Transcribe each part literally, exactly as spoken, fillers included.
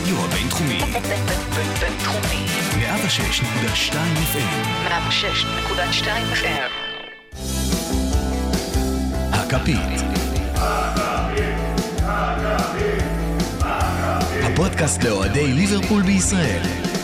הרדיו הבינתחומי. בינתחומי. מאה ושש נקודה שתיים אף אם. מאה ושש נקודה שתיים אף אם. הכפית. הפודקאסט לאוהדי ליברפול בישראל.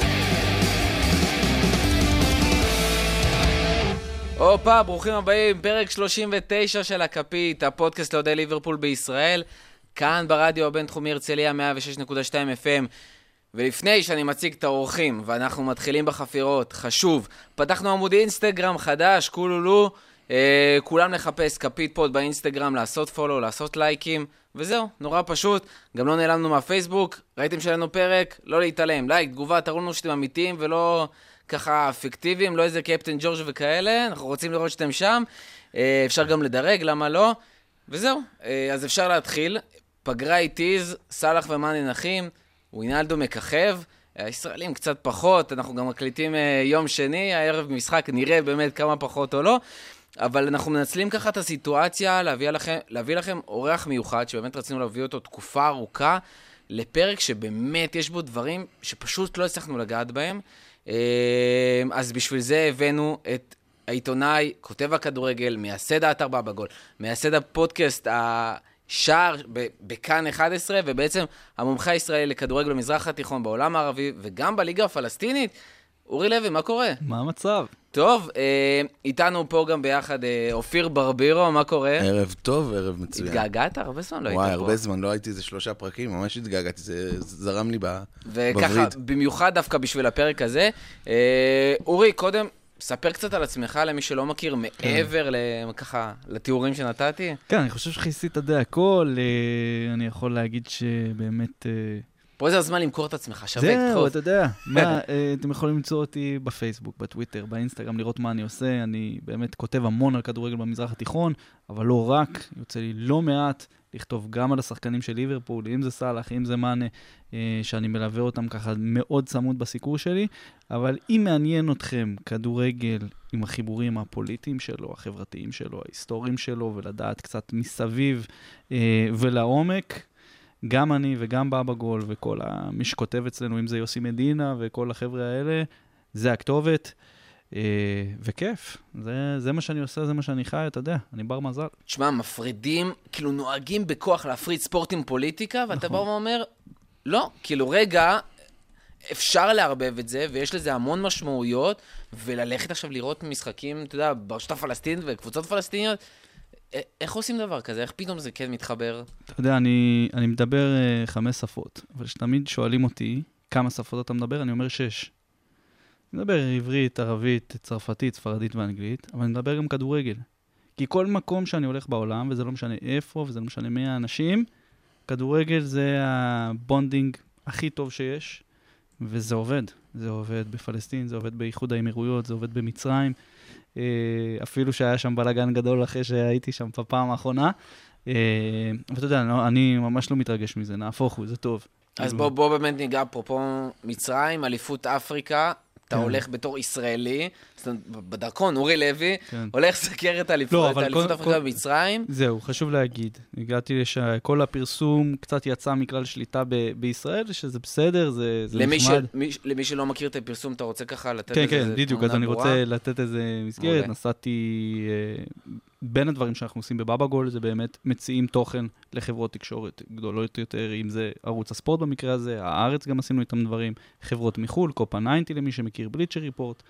אופה, ברוכים הבאים, פרק שלושים ותשע של הכפית, הפודקאסט לאוהדי ליברפול בישראל, כאן ברדיו הבינתחומי הרצליה מאה ושש נקודה שתיים אף אם. ולפני שאני מציג את האורחים ואנחנו מתחילים בחפירות, חשוב, פתחנו עמוד אינסטגרם חדש, כולולו, אה, כולם לחפש כפית פוד באינסטגרם, לעשות פולו, לעשות לייקים, וזהו, נורא פשוט. גם לא נעלמנו מהפייסבוק, ראיתם שלנו פרק, לא להתעלם, לייק, תגובה, תראו לנו שאתם אמיתיים ולא ככה אפקטיביים, לא איזה קפטן ג'ורג' וכאלה, אנחנו רוצים לראות שאתם שם, אה, אפשר גם לדרג, למה לא? וזהו, אה, אז אפשר להתחיל. פגרה איטיז, סלח ומאני נחים, ווינלדו מככב, הישראלים קצת פחות, אנחנו גם מקליטים אה, יום שני, הערב משחק, נראה באמת כמה פחות או לא, אבל אנחנו מנצלים ככה את הסיטואציה, להביא לכם, להביא לכם אורח מיוחד, שבאמת רצינו להביא אותו תקופה ארוכה, לפרק שבאמת יש בו דברים שפשוט לא הצלחנו לגעת בהם, אז בשביל זה הבאנו את העיתונאי, כותב הכדורגל, מייסד האתר בבגול, מייסד הפודקאסט השער בכאן אחת עשרה, ובעצם המומחה הישראלי לכדורגל במזרח התיכון, בעולם הערבי, וגם בליגה הפלסטינית. אורי לוי, מה קורה? מה המצב? טוב, איתנו פה גם ביחד אופיר ברבירו, מה קורה? ערב טוב, ערב מצוין. התגעגעת? הרבה זמן לא היית פה. וואי, הרבה זמן, לא הייתי איזה שלושה פרקים, ממש התגעגעתי, זה זרם לי בווריד. וככה, במיוחד דווקא בשביל הפרק הזה. אורי, קודם, ספר קצת על עצמך למי שלא מכיר, מעבר ככה לתיאורים שנתתי. כן, אני חושב שכיסית די הכל, אני יכול להגיד שבאמת... פה זה הזמן למכור את עצמך, שווה, תדחוף. זהו, אתה יודע, מה, אתם יכולים למצוא אותי בפייסבוק, בטוויטר, באינסטגרם, לראות מה אני עושה. אני באמת כותב המון על כדורגל במזרח התיכון, אבל לא רק, יוצא לי לא מעט לכתוב גם על השחקנים של ליברפול, אם זה סלח, אם זה מאנה, שאני מלווה אותם ככה מאוד צמוד בסיקור שלי, אבל אם מעניין אתכם כדורגל עם החיבורים הפוליטיים שלו, החברתיים שלו, ההיסטוריים שלו, ולדעת קצת מסביב ולעומק, גם אני וגם בבגול וכל מי שכותב אצלנו, אם זה יוסי מדינה וכל החבר'ה האלה, זה הכתובת, וכיף. זה, זה מה שאני עושה, זה מה שאני חי, אתה יודע, אני בר מזל. תשמע, מפרידים, כאילו נוהגים בכוח להפריד ספורט עם פוליטיקה, ואתה בא ואומר, לא, כאילו רגע, אפשר להרבב את זה, ויש לזה המון משמעויות, וללכת עכשיו לראות משחקים, אתה יודע, ברשות הפלסטינית וקבוצות פלסטיניות, איך עושים דבר כזה? איך פתאום זה כן מתחבר? אתה יודע, אני, אני מדבר uh, חמש שפות, אבל שתמיד שואלים אותי כמה שפות אתה מדבר, אני אומר שש. אני מדבר עברית, ערבית, צרפתית, ספרדית ואנגלית, אבל אני מדבר גם כדורגל. כי כל מקום שאני הולך בעולם, וזה לא משנה איפה, וזה לא משנה מי האנשים, כדורגל זה הבונדינג הכי טוב שיש, וזה עובד. זה עובד בפלסטין, זה עובד באיחוד האמירויות, זה עובד במצרים, אפילו שהיה שם בלגן גדול אחרי שהייתי שם בפעם האחרונה. ואתה יודע, אני ממש לא מתרגש מזה, נהפוך הוא, זה טוב. אז בוא, בוא באמת ניגע פה מצרים, אליפות אפריקה, אתה הולך בתור ישראלי, בדרכון, אורי לוי, הולך לסקר את האליפות אפריקה במצרים. זהו, חשוב להגיד. הגעתי לשכל הפרסום, קצת יצא מכלל שליטה בישראל, שזה בסדר, זה נחמד. למי שלא מכיר את הפרסום, אתה רוצה ככה לתת איזה תמונה ברורה? כן, כן, בדיוק, אז אני רוצה לתת איזה מסגרת. נסעתי, בין הדברים שאנחנו עושים בבבגול, זה באמת מציעים תוכן לחברות תקשורת גדולות יותר, אם זה ערוץ הספורט במקרה הזה, הארץ גם עשינו איתם דברים, חברות מחול, קופה תשעים למי שמכיר, בליצ'ר ריפורט,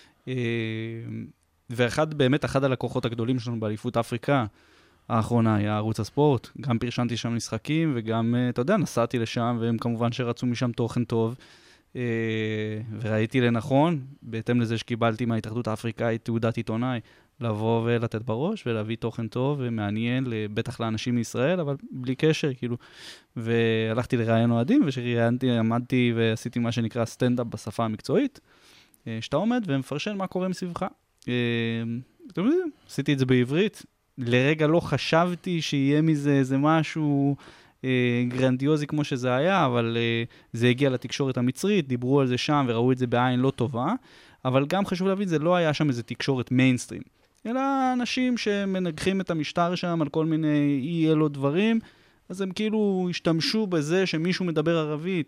ואחד, באמת אחד הלקוחות הגדולים שלנו באליפות אפריקה האחרונה היה ערוץ הספורט, גם פרשנתי שם משחקים, וגם, אתה יודע, נסעתי לשם, והם כמובן שרצו משם תוכן טוב, וראיתי לנכון, בהתאם לזה שקיבלתי מההתאחדות האפריקאית תעודת עיתונאי, לבוא ולתת בראש ולהביא תוכן טוב ומעניין, בטח לאנשים מישראל, אבל בלי קשר, כאילו. והלכתי לראיין אוהדים, ושראיינתי, עמדתי ועשיתי מה שנקרא סטנדאפ בשפה המקצועית, שאתה עומד ומפרשן מה קורה מסביבך. אתם יודעים, עשיתי את זה בעברית. לרגע לא חשבתי שיהיה מזה איזה משהו גרנדיוזי כמו שזה היה, אבל זה הגיע לתקשורת המצרית, דיברו על זה שם וראו את זה בעין לא טובה, אבל גם חשוב להבין, זה לא היה שם איזה תקשורת מיינסטרים. אלא אנשים שמנגחים את המשטר שם על כל מיני אי אלו דברים, אז הם כאילו השתמשו בזה שמישהו מדבר ערבית,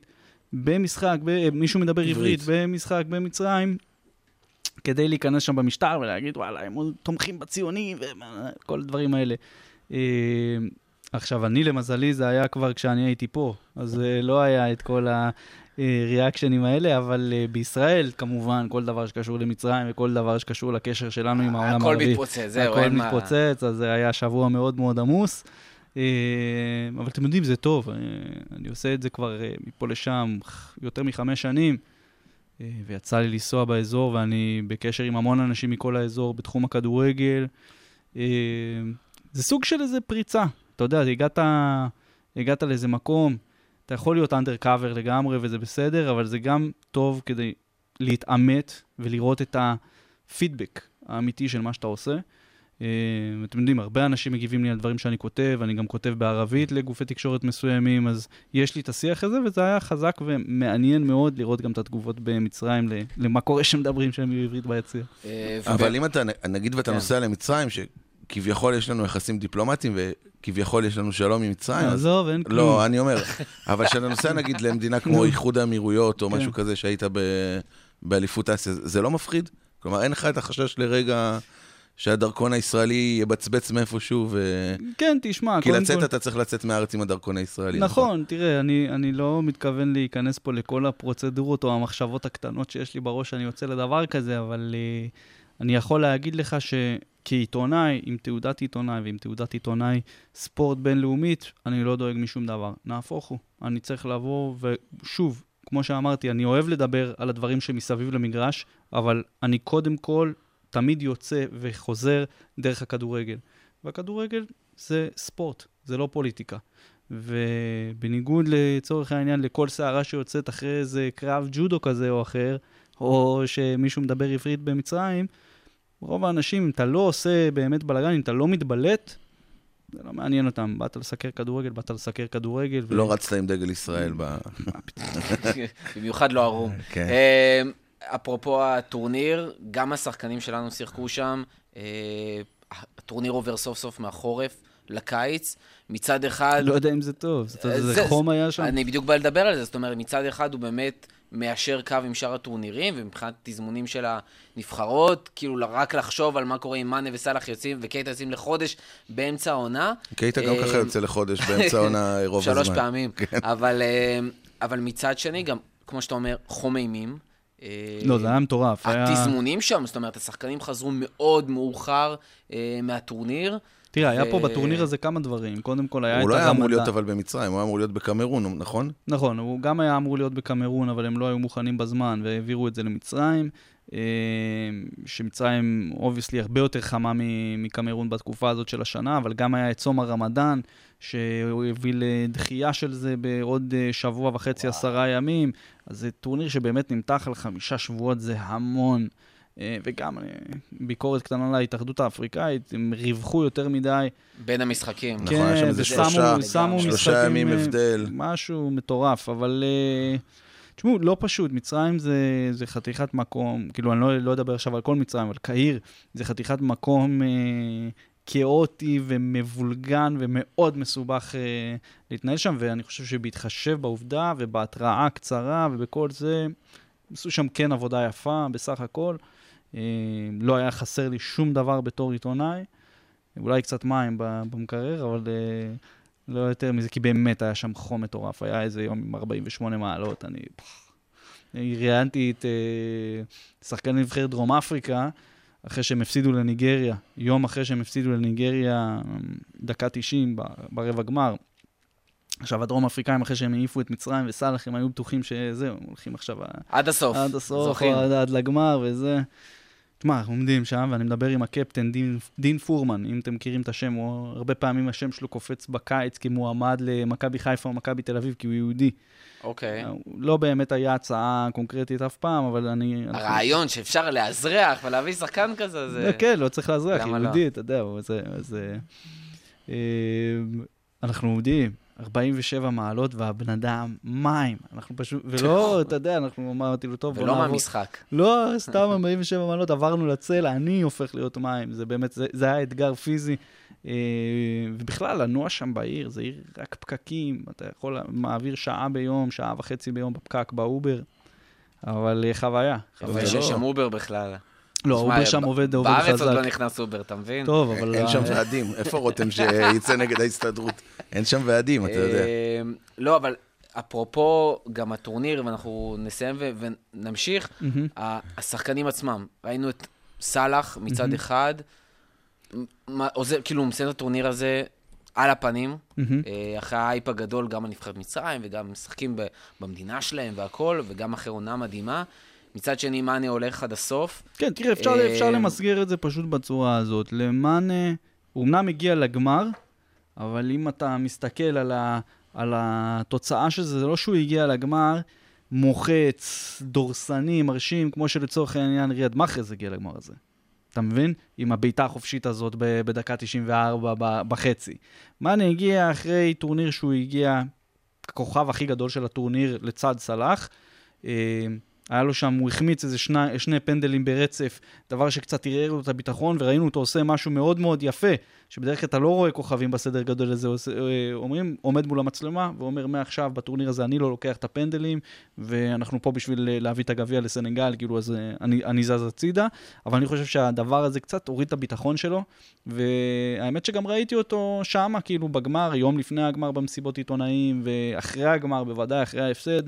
במשחק, ב- מישהו מדבר עברית, במשחק, במצרים, כדי להיכנס שם במשטר ולהגיד, וואלה, הם תומכים בציונים, וכל הדברים האלה. עכשיו, אני למזלי, זה היה כבר כשאני הייתי פה, אז לא היה את כל הריאקשנים האלה, אבל בישראל, כמובן, כל דבר שקשור למצרים, וכל דבר שקשור לקשר שלנו עם העולם הערבי. הכל מתפוצץ, זהו, הכל מתפוצץ, אז זה היה שבוע מאוד מאוד עמוס. אבל אתם יודעים, זה טוב. אני עושה את זה כבר מפה לשם יותר מחמש שנים, ויצא לי לנסוע באזור, ואני בקשר עם המון אנשים מכל האזור בתחום הכדורגל. זה סוג של איזה פריצה. אתה יודע, הגעת, הגעת לאיזה מקום, אתה יכול להיות undercover לגמרי, וזה בסדר, אבל זה גם טוב כדי להתאמת ולראות את הפידבק האמיתי של מה שאתה עושה. אתם יודעים, הרבה אנשים מגיבים לי על דברים שאני כותב, אני גם כותב בערבית לגופי תקשורת מסוימים, אז יש לי את השיח הזה, וזה היה חזק ומעניין מאוד לראות גם את התגובות במצרים, למה קורה שמדברים שהם בעברית ביציע. אבל אם אתה, נגיד ואתה נוסע למצרים, שכביכול יש לנו יחסים דיפלומטיים, וכביכול יש לנו שלום עם מצרים, עזוב, אין כלום. לא, אני אומר, אבל כשאתה נוסע נגיד למדינה כמו איחוד האמירויות, או משהו כזה שהיית באליפות אסיה, זה לא מפחיד? כלומר, אין לך את החשש לרגע שהדרכון הישראלי יבצבץ מאיפשהו, ו... כן, תשמע. כי לצאת אתה צריך לצאת מהארץ עם הדרכון הישראלי. נכון, תראה, אני, אני לא מתכוון להיכנס פה לכל הפרוצדורות או המחשבות הקטנות שיש לי בראש שאני יוצא לדבר כזה, אבל uh, אני יכול להגיד לך שכעיתונאי, עם תעודת עיתונאי ועם תעודת עיתונאי ספורט בינלאומית, אני לא דואג משום דבר. נהפוך הוא. אני צריך לבוא, ושוב, כמו שאמרתי, אני אוהב לדבר על הדברים שמסביב למגרש, אבל אני קודם כל תמיד יוצא וחוזר דרך הכדורגל. והכדורגל זה ספורט, זה לא פוליטיקה. ובניגוד לצורך העניין, לכל שערה שיוצאת אחרי איזה קרב ג'ודו כזה או אחר, או שמישהו מדבר עברית במצרים, רוב האנשים, אם אתה לא עושה באמת בלגן, אם אתה לא מתבלט, זה לא מעניין אותם. באת לסקר כדורגל, באת לסקר כדורגל. לא ו... רצת עם דגל ישראל ב... במיוחד לא ערום. כן. אפרופו הטורניר, גם השחקנים שלנו שיחקו שם, הטורניר עובר סוף סוף מהחורף לקיץ, מצד אחד... לא יודע אם זה טוב, זה חום היה שם. אני בדיוק בא לדבר על זה, זאת אומרת, מצד אחד הוא באמת מאשר קו עם שאר הטורנירים, ומבחינת תזמונים של הנבחרות, כאילו רק לחשוב על מה קורה עם מאנה וסלח יוצאים, וקייטה יוצאים לחודש באמצע העונה. קייטה גם ככה יוצא לחודש באמצע העונה רוב הזמן. שלוש פעמים. אבל מצד שני, גם, כמו שאתה אומר, חום אימים, לא, זה היה מטורף. התזמונים שם, זאת אומרת, השחקנים חזרו מאוד מאוחר מהטורניר. תראה, היה פה בטורניר הזה כמה דברים. קודם כל היה את הרמדאן. הוא לא היה אמור להיות אבל במצרים, הוא היה אמור להיות בקמרון, נכון? נכון, הוא גם היה אמור להיות בקמרון, אבל הם לא היו מוכנים בזמן, והעבירו את זה למצרים, שמצרים, obviously, הרבה יותר חמה מקמרון בתקופה הזאת של השנה, אבל גם היה את צום הרמדאן, שהוא הביא לדחייה של זה בעוד שבוע וחצי, וואו. עשרה ימים. אז זה טורניר שבאמת נמתח על חמישה שבועות, זה המון. וגם ביקורת קטנה להתאחדות האפריקאית, הם ריווחו יותר מדי. בין המשחקים. נכון, יש שם איזה שלושה, שלושה ימים הבדל. משהו מטורף, אבל תשמעו, לא פשוט. מצרים זה, זה חתיכת מקום, כאילו אני לא, לא אדבר עכשיו על כל מצרים, אבל קהיר זה חתיכת מקום כאוטי ומבולגן ומאוד מסובך להתנהל שם, ואני חושב שבהתחשב בעובדה ובהתראה קצרה ובכל זה, עשו שם כן עבודה יפה בסך הכל. לא היה חסר לי שום דבר בתור עיתונאי, אולי קצת מים במקרר, אבל לא יותר מזה, כי באמת היה שם חום מטורף, היה איזה יום עם ארבעים ושמונה מעלות, אני ראיינתי את שחקן נבחרת דרום אפריקה, אחרי שהם הפסידו לניגריה, יום אחרי שהם הפסידו לניגריה, דקה תשעים ברבע גמר. עכשיו, הדרום אפריקאים, אחרי שהם העיפו את מצרים וסלח, הם היו בטוחים שזהו, הולכים עכשיו... עד הסוף. עד הסוף, עד, עד לגמר וזה. תשמע, אנחנו עומדים שם, ואני מדבר עם הקפטן דין, דין פורמן, אם אתם מכירים את השם, הוא הרבה פעמים השם שלו קופץ בקיץ כמועמד למכבי חיפה או מכבי תל אביב, כי הוא יהודי. אוקיי. לא באמת היה הצעה קונקרטית אף פעם, אבל אני... הרעיון שאפשר להזרח ולהביא שחקן כזה, זה... כן, לא צריך להזרח, יהודי, אתה יודע, זה... אנחנו עומדים. ארבעים ושבע מעלות, והבן אדם, מים. אנחנו פשוט, ולא, אתה יודע, אנחנו אמרתי לו, טוב, בוא נעבור. ולא מהמשחק. לא, סתם ארבעים ושבע מעלות, עברנו לצל, אני הופך להיות מים. זה באמת, זה, זה היה אתגר פיזי. ובכלל, לנוע שם בעיר, זה עיר רק פקקים. אתה יכול, מעביר שעה ביום, שעה וחצי ביום בפקק, באובר. אבל חוויה. אבל שיש שם אובר בכלל. לא, אובר שם עובד, עובד חזק. בארץ עוד לא נכנס אובר, אתה מבין? טוב, אבל... אין שם ועדים. איפה רותם שיצא נגד ההסתדרות? אין שם ועדים, אתה יודע. לא, אבל אפרופו גם הטורניר, ואנחנו נסיים ונמשיך, השחקנים עצמם. ראינו את סלאח מצד אחד, כאילו הוא מסיים את הטורניר הזה על הפנים, אחרי האייפ הגדול, גם הנבחרת מצרים, וגם משחקים במדינה שלהם והכל, וגם אחרי עונה מדהימה. מצד שני, מאנה הולך עד הסוף. כן, תראה, אפשר, אפשר למסגר את זה פשוט בצורה הזאת. למאנה, הוא אמנם הגיע לגמר, אבל אם אתה מסתכל על, ה, על התוצאה של זה, זה לא שהוא הגיע לגמר, מוחץ, דורסני, מרשים, כמו שלצורך העניין ריאד מחרז הגיע לגמר הזה. אתה מבין? עם הביתה החופשית הזאת בדקה תשעים וארבע בחצי. מאנה הגיע אחרי טורניר שהוא הגיע, הכוכב הכי גדול של הטורניר לצד סלאח, היה לו שם, הוא החמיץ איזה שני, שני פנדלים ברצף, דבר שקצת ערער לו את הביטחון, וראינו אותו עושה משהו מאוד מאוד יפה, שבדרך כלל אתה לא רואה כוכבים בסדר גדול לזה, אומרים, עומד מול המצלמה, ואומר, מעכשיו בטורניר הזה אני לא לוקח את הפנדלים, ואנחנו פה בשביל להביא את הגביע לסנגל, כאילו אז אני, אני זז הצידה, אבל אני חושב שהדבר הזה קצת הוריד את הביטחון שלו, והאמת שגם ראיתי אותו שמה, כאילו בגמר, יום לפני הגמר במסיבות עיתונאים, ואחרי הגמר, בוודאי, אחרי ההפסד,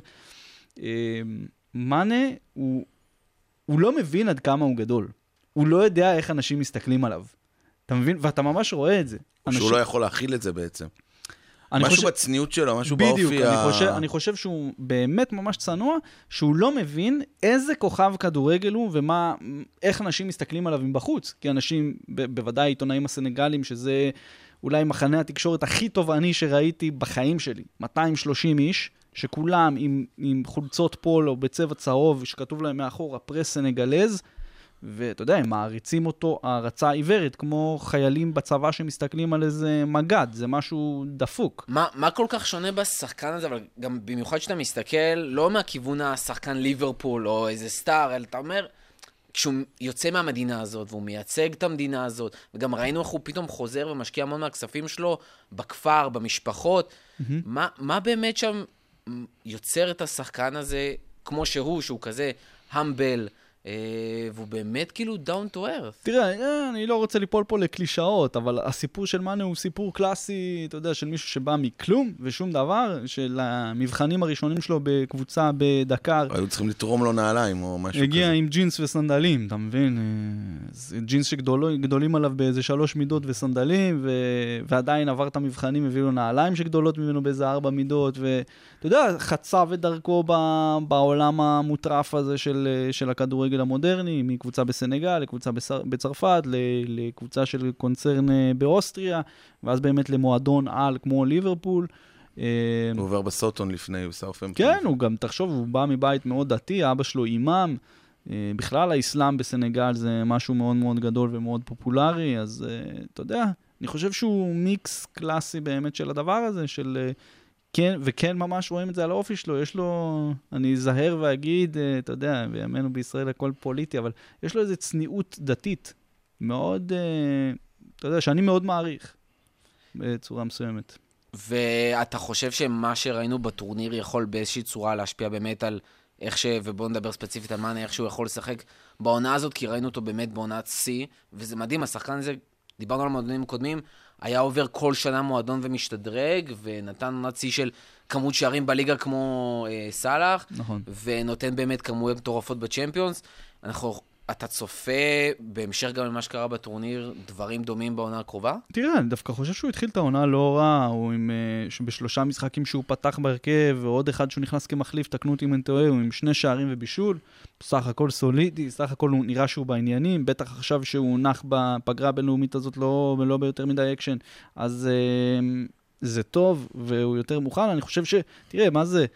מאנה, הוא, הוא לא מבין עד כמה הוא גדול. הוא לא יודע איך אנשים מסתכלים עליו. אתה מבין? ואתה ממש רואה את זה. אנשים... שהוא לא יכול להכיל את זה בעצם. משהו חושב... בצניעות שלו, משהו בדיוק, באופי. בדיוק, אני, חושב, אני חושב שהוא באמת ממש צנוע, שהוא לא מבין איזה כוכב כדורגל הוא, ומה, איך אנשים מסתכלים עליו מבחוץ. כי אנשים, ב- בוודאי עיתונאים הסנגלים, שזה אולי מחנה התקשורת הכי תובעני שראיתי בחיים שלי. מאתיים ושלושים איש, שכולם עם, עם חולצות פולו בצבע צהוב, שכתוב להם מאחור, הפרס סנגלז, ואתה יודע, הם מעריצים אותו הערצה עיוורת, כמו חיילים בצבא שמסתכלים על איזה מגד, זה משהו דפוק. מה, מה כל כך שונה בשחקן הזה, אבל גם במיוחד שאתה מסתכל, לא מהכיוון השחקן ליברפול או איזה סטאר, אלא אתה אומר, כשהוא יוצא מהמדינה הזאת, והוא מייצג את המדינה הזאת, וגם ראינו איך הוא פתאום חוזר ומשקיע המון מהכספים שלו, בכפר, במשפחות, mm-hmm. מה, מה באמת שם יוצר את השחקן הזה, כמו שהוא, שהוא כזה המבל, והוא באמת כאילו down to earth. תראה, אני לא רוצה ליפול פה לקלישאות, אבל הסיפור של מאנה הוא סיפור קלאסי, אתה יודע, של מישהו שבא מכלום ושום דבר, של המבחנים הראשונים שלו בקבוצה בדקר. היו צריכים לתרום לו נעליים או משהו כזה. הגיע עם ג'ינס וסנדלים, אתה מבין? ג'ינס שגדולים עליו באיזה שלוש מידות וסנדלים, ועדיין עבר את המבחנים, הביא לו נעליים שגדולות ממנו באיזה ארבע מידות, ואתה יודע, חצה ודרכו בעולם המוטרף הזה של הכדורגל המודרני, מקבוצה בסנגל, לקבוצה בצרפת, לקבוצה של קונצרן באוסטריה, ואז באמת למועדון על כמו ליברפול. הוא עובר בסוטון לפני, הוא סאופם. כן, הוא גם, תחשוב, הוא בא מבית מאוד דתי, אבא שלו אימאם, בכלל האסלאם בסנגל זה משהו מאוד מאוד גדול ומאוד פופולרי, אז אתה יודע, אני חושב שהוא מיקס קלאסי באמת של הדבר הזה, של... כן, וכן ממש רואים את זה על האופי שלו, יש לו, אני זהר ואגיד, אתה יודע, בימינו בישראל הכל פוליטי, אבל יש לו איזו צניעות דתית, מאוד, אתה יודע, שאני מאוד מעריך, בצורה מסוימת. ואתה חושב שמה שראינו בטורניר יכול באיזושהי צורה להשפיע באמת על איך ש... ובואו נדבר ספציפית על מאנה, איך שהוא יכול לשחק בעונה הזאת, כי ראינו אותו באמת בעונת C, וזה מדהים, השחקן הזה, דיברנו על מועדונים קודמים, היה עובר כל שנה מועדון ומשתדרג, ונתן עונת C של כמות שערים בליגה כמו אה, סלאח, נכון. ונותן באמת כמויות מטורפות בצ'מפיונס. אנחנו, אתה צופה בהמשך גם למה שקרה בטורניר, דברים דומים בעונה הקרובה? תראה, אני דווקא חושב שהוא התחיל את העונה לא רע, הוא עם, בשלושה משחקים שהוא פתח בהרכב, ועוד אחד שהוא נכנס כמחליף, תקנו אותי אם אני טועה, הוא עם שני שערים ובישול, סך הכל סולידי, סך הכל הוא נראה שהוא בעניינים, בטח עכשיו שהוא נח בפגרה הבינלאומית הזאת לא, לא ביותר מדי אקשן, אז זה טוב, והוא יותר מוכן, אני חושב ש... תראה, מה זה?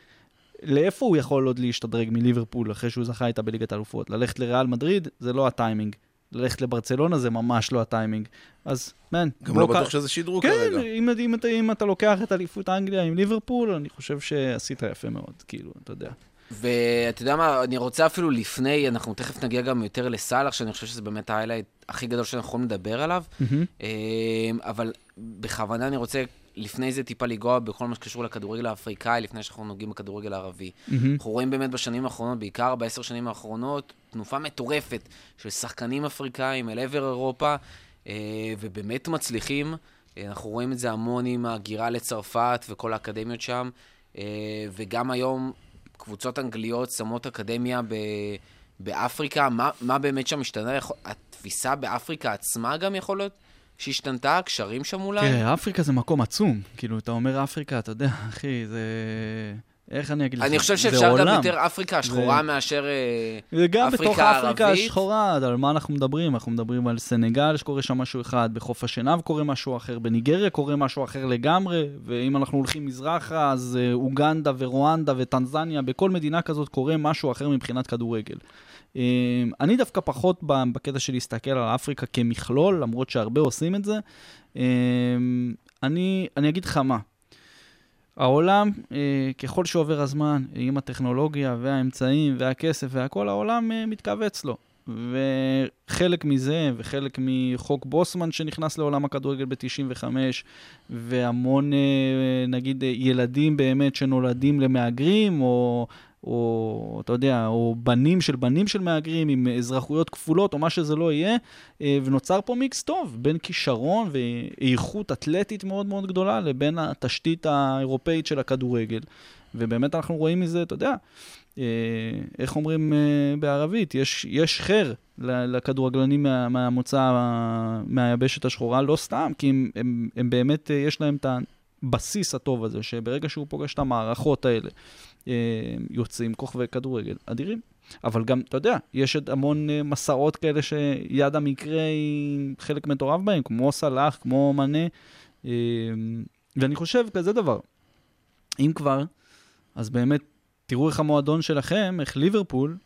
לאיפה הוא יכול עוד להשתדרג מליברפול אחרי שהוא זכה איתה בליגת האלופות? ללכת לריאל מדריד, זה לא הטיימינג. ללכת לברצלונה זה ממש לא הטיימינג. אז, מן. גם לא בטוח שזה שידרו כרגע. כן, אם, אם, אתה, אם אתה לוקח את אליפות אנגליה עם ליברפול, אני חושב שעשית יפה מאוד, כאילו, אתה יודע. ואתה יודע מה, אני רוצה אפילו לפני, אנחנו תכף נגיע גם יותר לסלח, שאני חושב שזה באמת ההיילייט הכי גדול שאנחנו יכולים לדבר עליו, mm-hmm. אבל בכוונה אני רוצה לפני זה טיפה לגוע בכל מה שקשור לכדורגל האפריקאי, לפני שאנחנו נוגעים בכדורגל הערבי. Mm-hmm. אנחנו רואים באמת בשנים האחרונות, בעיקר בעשר שנים האחרונות, תנופה מטורפת של שחקנים אפריקאים אל עבר אירופה, ובאמת מצליחים. אנחנו רואים את זה המון עם הגירה לצרפת וכל האקדמיות שם, וגם היום קבוצות אנגליות שמות אקדמיה ב... באפריקה. מה, מה באמת שם השתנה? התפיסה באפריקה עצמה גם יכול להיות שהשתנתה, הקשרים שם אולי? כן, אפריקה זה מקום עצום. כאילו, אתה אומר אפריקה, אתה יודע, אחי, זה... איך אני אגיד לך? אני חושב שאפשר גם יותר אפריקה השחורה מאשר אפריקה הערבית. גם בתוך אפריקה השחורה, על מה אנחנו מדברים? אנחנו מדברים על סנגל שקורה שם משהו אחד, בחוף השנהב קורה משהו אחר, בניגריה קורה משהו אחר לגמרי, ואם אנחנו הולכים מזרחה, אז אוגנדה ורואנדה וטנזניה, בכל מדינה כזאת קורה משהו אחר מבחינת כדורגל. אני דווקא פחות בקטע של להסתכל על אפריקה כמכלול, למרות שהרבה עושים את זה. אני, אני אגיד לך מה. העולם, ככל שעובר הזמן, עם הטכנולוגיה והאמצעים והכסף והכל, העולם מתכווץ לו. וחלק מזה, וחלק מחוק בוסמן שנכנס לעולם הכדורגל ב-תשעים וחמש, והמון, נגיד, ילדים באמת שנולדים למהגרים, או, או, אתה יודע, או בנים של בנים של מהגרים, עם אזרחויות כפולות, או מה שזה לא יהיה, ונוצר פה מיקס טוב, בין כישרון ואיכות אתלטית מאוד מאוד גדולה, לבין התשתית האירופאית של הכדורגל. ובאמת אנחנו רואים מזה, אתה יודע, איך אומרים בערבית, יש, יש חר לכדורגלנים מה, מהמוצא, מהיבשת השחורה, לא סתם, כי הם, הם, הם באמת, יש להם את הבסיס הטוב הזה, שברגע שהוא פוגש את המערכות האלה, יוצאים כוכבי כדורגל אדירים. אבל גם, אתה יודע, יש המון מסעות כאלה שיד המקרה היא חלק מטורף בהם, כמו סלאח, כמו מנה, ואני חושב כזה דבר. אם כבר, אז באמת, תראו איך המועדון שלכם, איך ליברפול,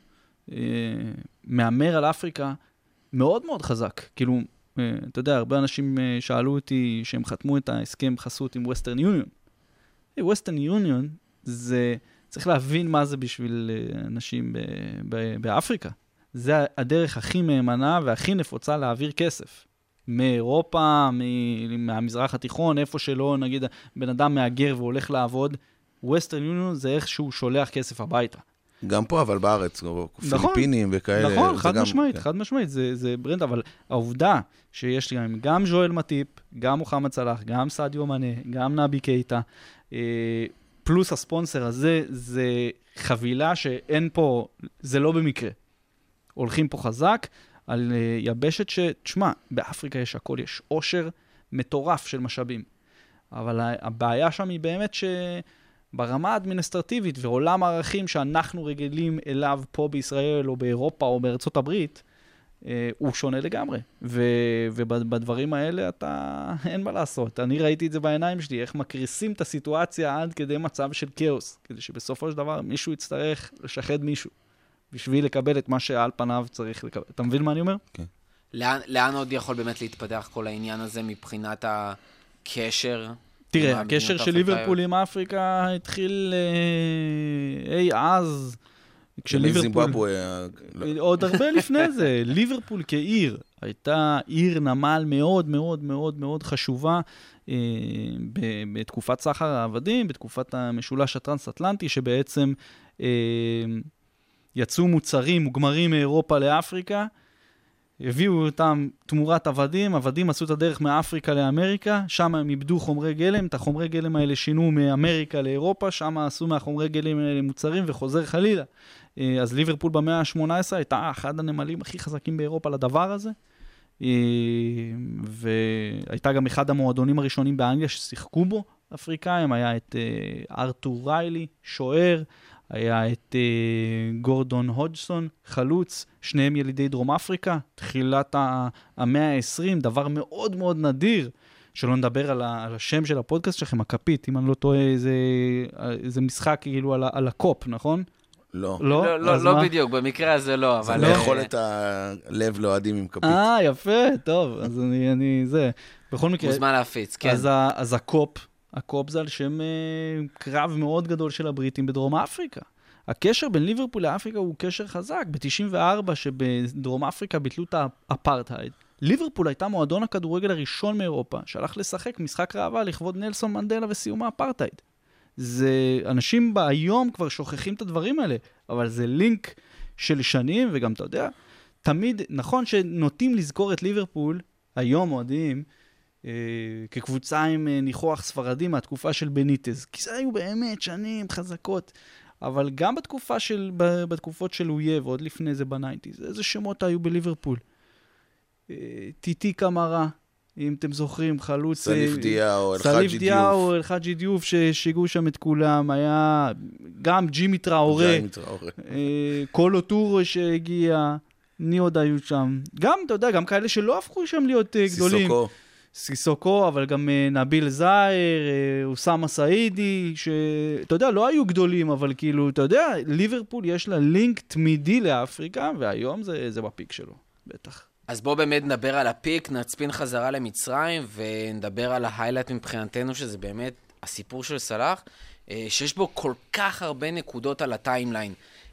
מאמר על אפריקה, מאוד מאוד חזק. כאילו, אתה יודע, הרבה אנשים שאלו אותי שהם חתמו את ההסכם חסות עם ווסטרן יוניון. ווסטרן יוניון זה... צריך להבין מה זה בשביל אנשים ב- ב- באפריקה. זה הדרך הכי מהימנה והכי נפוצה להעביר כסף. מאירופה, מ- מהמזרח התיכון, איפה שלא, נגיד, בן אדם מהגר והולך לעבוד, ווסטרן יוניון זה איך שהוא שולח כסף הביתה. גם פה, אבל בארץ, נכון, פיליפינים וכאלה. נכון, חד גם, משמעית, כן. חד משמעית, זה, זה ברנד, אבל העובדה שיש לי גם ז'ואל מטיפ, גם מוחמד סלאח, גם סעדיו מנה, גם נבי קייטה, אה, פלוס הספונסר הזה, זה חבילה שאין פה, זה לא במקרה. הולכים פה חזק על יבשת שתשמע, באפריקה יש הכל, יש עושר מטורף של משאבים. אבל הבעיה שם היא באמת שברמה האדמיניסטרטיבית ועולם הערכים שאנחנו רגילים אליו פה בישראל או באירופה או בארצות הברית, הוא שונה לגמרי. ובדברים האלה אתה, אין מה לעשות. אני ראיתי את זה בעיניים שלי, איך מקריסים את הסיטואציה עד כדי מצב של כאוס, כדי שבסופו של דבר מישהו יצטרך לשחד מישהו, בשביל לקבל את מה שעל פניו צריך לקבל. אתה מבין מה אני אומר? כן. לאן, לאן עוד יכול באמת להתפתח כל העניין הזה מבחינת הקשר? תראה, הקשר של ליברפול עם אפריקה התחיל אי אז, זימבבואה. עוד הרבה לפני זה, ליברפול כעיר, הייתה עיר נמל מאוד מאוד מאוד מאוד חשובה בתקופת סחר העבדים, בתקופת המשולש הטרנס-אטלנטי, שבעצם יצאו מוצרים מוגמרים מאירופה לאפריקה, הביאו אותם תמורת עבדים, עבדים עשו את הדרך מאפריקה לאמריקה, שם הם איבדו חומרי גלם, את החומרי גלם האלה שינו מאמריקה לאירופה, שם עשו מהחומרי גלם האלה מוצרים וחוזר חלילה. אז ליברפול במאה ה-שמונה עשרה הייתה אחד הנמלים הכי חזקים באירופה לדבר הזה, והייתה גם אחד המועדונים הראשונים באנגליה ששיחקו בו אפריקאים, היה את ארתור ריילי, שוער, היה את uh, גורדון הודגסון, חלוץ, שניהם ילידי דרום אפריקה, תחילת המאה ה-עשרים, דבר מאוד מאוד נדיר, שלא נדבר על, ה- על השם של הפודקאסט שלכם, הכפית, אם אני לא טועה, זה, זה משחק כאילו על, ה- על הקופ, נכון? לא. לא? לא, לא, אז לא מה? בדיוק, במקרה הזה לא, זה אבל... לאכול את הלב לאוהדים עם כפית. אה, יפה, טוב, אז אני, אני, זה. בכל מקרה, מוזמן להפיץ, כן. אז, ה, אז הקופ, הקופ זה על שם אה, קרב מאוד גדול של הבריטים בדרום אפריקה. הקשר בין ליברפול לאפריקה הוא קשר חזק. ב-תשעים וארבע שבדרום אפריקה ביטלו את האפרטהייד. ליברפול הייתה מועדון הכדורגל הראשון מאירופה, שהלך לשחק משחק ראווה לכבוד נלסון מנדלה וסיום האפרטהייד. זה, אנשים היום כבר שוכחים את הדברים האלה, אבל זה לינק של שנים, וגם אתה יודע, תמיד, נכון שנוטים לזכור את ליברפול, היום מועדים, אה, כקבוצה עם אה, ניחוח ספרדי מהתקופה של בניטז, כי זה היו באמת שנים חזקות, אבל גם בתקופה של, בתקופות של אויב, עוד לפני זה בניינטיז, איזה שמות היו בליברפול? אה, טיטי קמרה, אם אתם זוכרים, חלוץ... סליף דיאו, אל חג'י דיוף. סליף דיאו, אל חג'י דיוף, ששיגעו שם את כולם, היה גם ג'ימי טראורה, ג'ימי טראורה. אה, קולו טורו שהגיע, מי עוד היו שם? גם, אתה יודע, גם כאלה שלא הפכו שם להיות אה, גדולים. סיסוקו. סיסוקו, אבל גם אה, נביל זאיר, אה, אוסמה סעידי, שאתה יודע, לא היו גדולים, אבל כאילו, אתה יודע, ליברפול יש לה לינק תמידי לאפריקה, והיום זה, זה בפיק שלו, בטח. אז בואו באמת נדבר על הפיק, נצפין חזרה למצרים, ונדבר על ההיילייט מבחינתנו, שזה באמת הסיפור של סלאח, שיש בו כל כך הרבה נקודות על הטיימליין.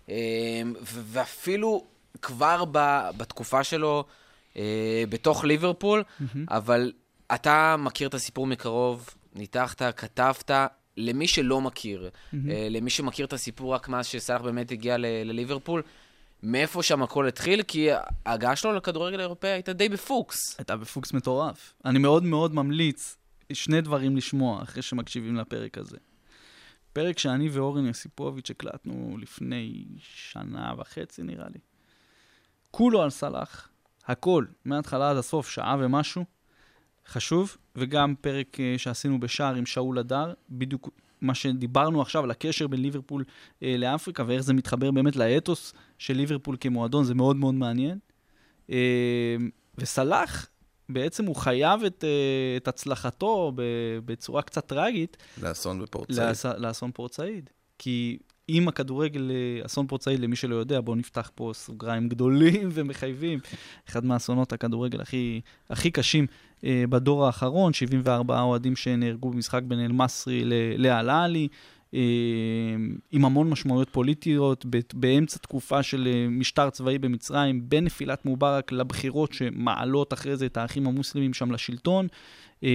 ואפילו כבר בתקופה שלו, בתוך ליברפול, אבל אתה מכיר את הסיפור מקרוב, ניתחת, כתבת, למי שלא מכיר, למי שמכיר את הסיפור רק מאז שסלאח באמת הגיע לליברפול, מאיפה שם הכל התחיל? כי ההגעה שלו לכדורגל האירופאי הייתה די בפוקס. הייתה בפוקס מטורף. אני מאוד מאוד ממליץ שני דברים לשמוע אחרי שמקשיבים לפרק הזה. פרק שאני ואורן יסיפוביץ' הקלטנו לפני שנה וחצי נראה לי. כולו על סלאח, הכל, מההתחלה עד הסוף, שעה ומשהו, חשוב, וגם פרק שעשינו בשער עם שאול הדר, בדיוק מה שדיברנו עכשיו על הקשר בין ליברפול אה, לאפריקה, ואיך זה מתחבר באמת לאתוס של ליברפול כמועדון, זה מאוד מאוד מעניין. אה, וסלאח, בעצם הוא חייב את, אה, את הצלחתו בצורה קצת טרגית. לאסון בפורט-סעיד. לאס, לאסון פורט-סעיד. כי אם הכדורגל, אסון פורט-סעיד, למי שלא יודע, בואו נפתח פה סוגריים גדולים ומחייבים. אחד מהאסונות הכדורגל הכי, הכי קשים אה, בדור האחרון, שבעים וארבעה אוהדים שנהרגו במשחק בין אל-מסרי לאל-אהלי, אה, עם המון משמעויות פוליטיות, באמצע תקופה של אה, משטר צבאי במצרים, בין נפילת מובארק לבחירות שמעלות אחרי זה את האחים המוסלמים שם לשלטון. אה,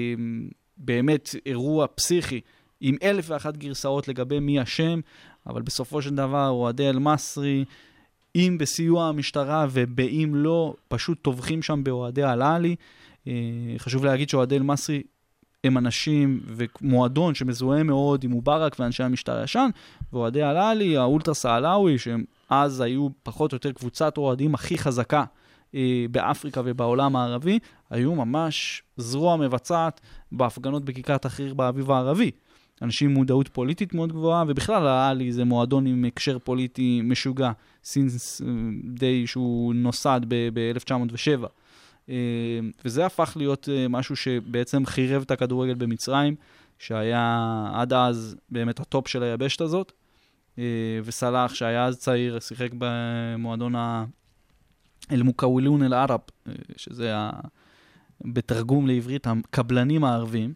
באמת אירוע פסיכי, עם אלף ואחת גרסאות לגבי מי השם, אבל בסופו של דבר, אוהדי אל-מסרי, אם בסיוע המשטרה ובאם לא, פשוט טובחים שם באוהדי אל-אהלי. חשוב להגיד שאוהדי אל-מסרי הם אנשים ומועדון שמזוהה מאוד עם מובארק ואנשי המשטר הישן, ואוהדי אל-אהלי, האולטרס האלאווי, שהם אז היו פחות או יותר קבוצת אוהדים הכי חזקה באפריקה ובעולם הערבי, היו ממש זרוע מבצעת בהפגנות בכיכר תחריר באביב הערבי. אנשים עם מודעות פוליטית מאוד גבוהה, ובכלל האלי זה מועדון עם הקשר פוליטי משוגע, סינס די שהוא נוסד ב-אלף תשע מאות ושבע. וזה הפך להיות משהו שבעצם חירב את הכדורגל במצרים, שהיה עד אז באמת הטופ של היבשת הזאת, וסלאח שהיה אז צעיר, שיחק במועדון אל-מוקאוולון אל-ערב, שזה בתרגום לעברית הקבלנים הערבים,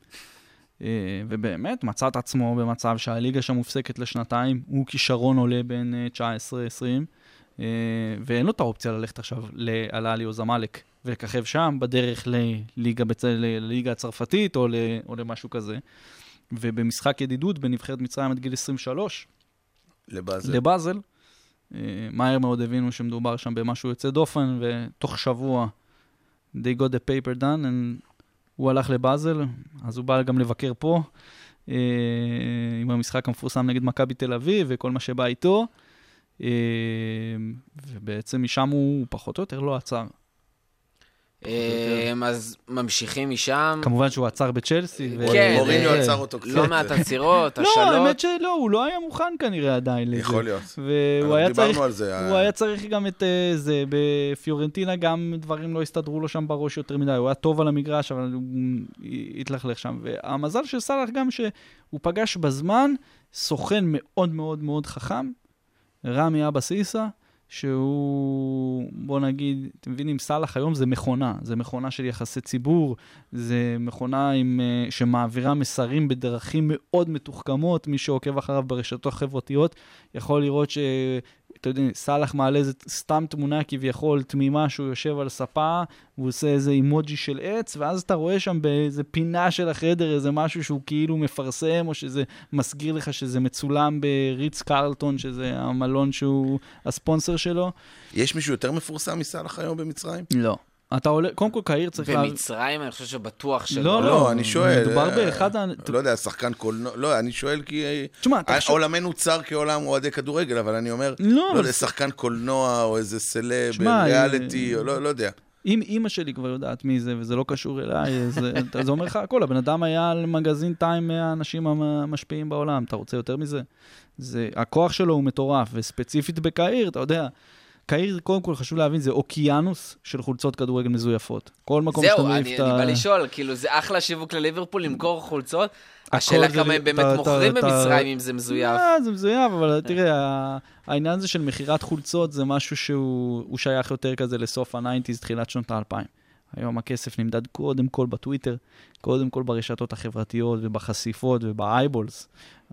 ובאמת מצא את עצמו במצב שהליגה שם מופסקת לשנתיים, הוא כישרון עולה בין תשע עשרה עשרים, ואין לו את האופציה ללכת עכשיו לאל-אהלי או זמאלק, ולככב שם בדרך לליגה, לליגה הצרפתית או, או למשהו כזה. ובמשחק ידידות בנבחרת מצרים עד גיל עשרים ושלוש, לבאזל. לבאזל, מהר מאוד הבינו שמדובר שם במשהו יוצא דופן, ותוך שבוע they got the paper done, and הוא הלך לבאזל, אז הוא בא גם לבקר פה, אה, עם המשחק המפורסם נגד מכבי תל אביב, וכל מה שבא איתו, אה, ובעצם משם הוא פחות או יותר לא עצר. אז ממשיכים משם. כמובן שהוא עצר בצ'לסי. כן. מוריניו עצר אותו קצת. לא מעט עצירות, השאלות. לא, האמת שלא, הוא לא היה מוכן כנראה עדיין לזה. יכול להיות. והוא היה צריך, דיברנו על זה. הוא היה צריך גם את זה, בפיורנטינה גם דברים לא הסתדרו לו שם בראש יותר מדי, הוא היה טוב על המגרש, אבל הוא התלכלך שם. והמזל של סלאח גם שהוא פגש בזמן סוכן מאוד מאוד מאוד חכם, רמי אבא סיסה, שהוא, בוא נגיד, אתם מבינים, סלח היום זה מכונה, זה מכונה של יחסי ציבור, זה מכונה עם, שמעבירה מסרים בדרכים מאוד מתוחכמות, מי שעוקב אחריו ברשתות החברתיות, יכול לראות ש... אתה יודע, סלח מעלה איזה סתם תמונה כביכול תמימה שהוא יושב על ספה, והוא עושה איזה אימוג'י של עץ, ואז אתה רואה שם באיזה פינה של החדר איזה משהו שהוא כאילו מפרסם, או שזה מסגיר לך שזה מצולם בריץ קרלטון, שזה המלון שהוא הספונסר שלו. יש מישהו יותר מפורסם מסלח היום במצרים? לא. אתה עולה, קודם כל קהיר צריך... במצרים אני חושב שבטוח שלא. לא, לא, אני שואל. מדובר באחד... לא יודע, שחקן קולנוע... לא, אני שואל כי... תשמע, עולמנו צר כעולם אוהדי כדורגל, אבל אני אומר, לא יודע, שחקן קולנוע או איזה סלב, ריאליטי, או לא יודע. אם אימא שלי כבר יודעת מי זה, וזה לא קשור אליי, זה אומר לך הכל. הבן אדם היה על מגזין טיים מהאנשים המשפיעים בעולם. אתה רוצה יותר מזה? הכוח שלו הוא מטורף, וספציפית בקהיר, אתה יודע... קהיר, קודם כל חשוב להבין, זה אוקיינוס של חולצות כדורגל מזויפות. כל מקום שאתה מעיף את ה... זהו, אני בא לשאול, כאילו זה אחלה שיווק לליברפול למכור חולצות, השאלה כמה הם באמת מוכרים במצרים אם זה מזויף. זה מזויף, אבל תראה, העניין הזה של מחירת חולצות זה משהו שהוא שייך יותר כזה לסוף ה-תשעים, תחילת שנות ה-אלפיים. היום הכסף נמדד קודם כל בטוויטר, קודם כל ברשתות החברתיות ובחשיפות ובאייבולס,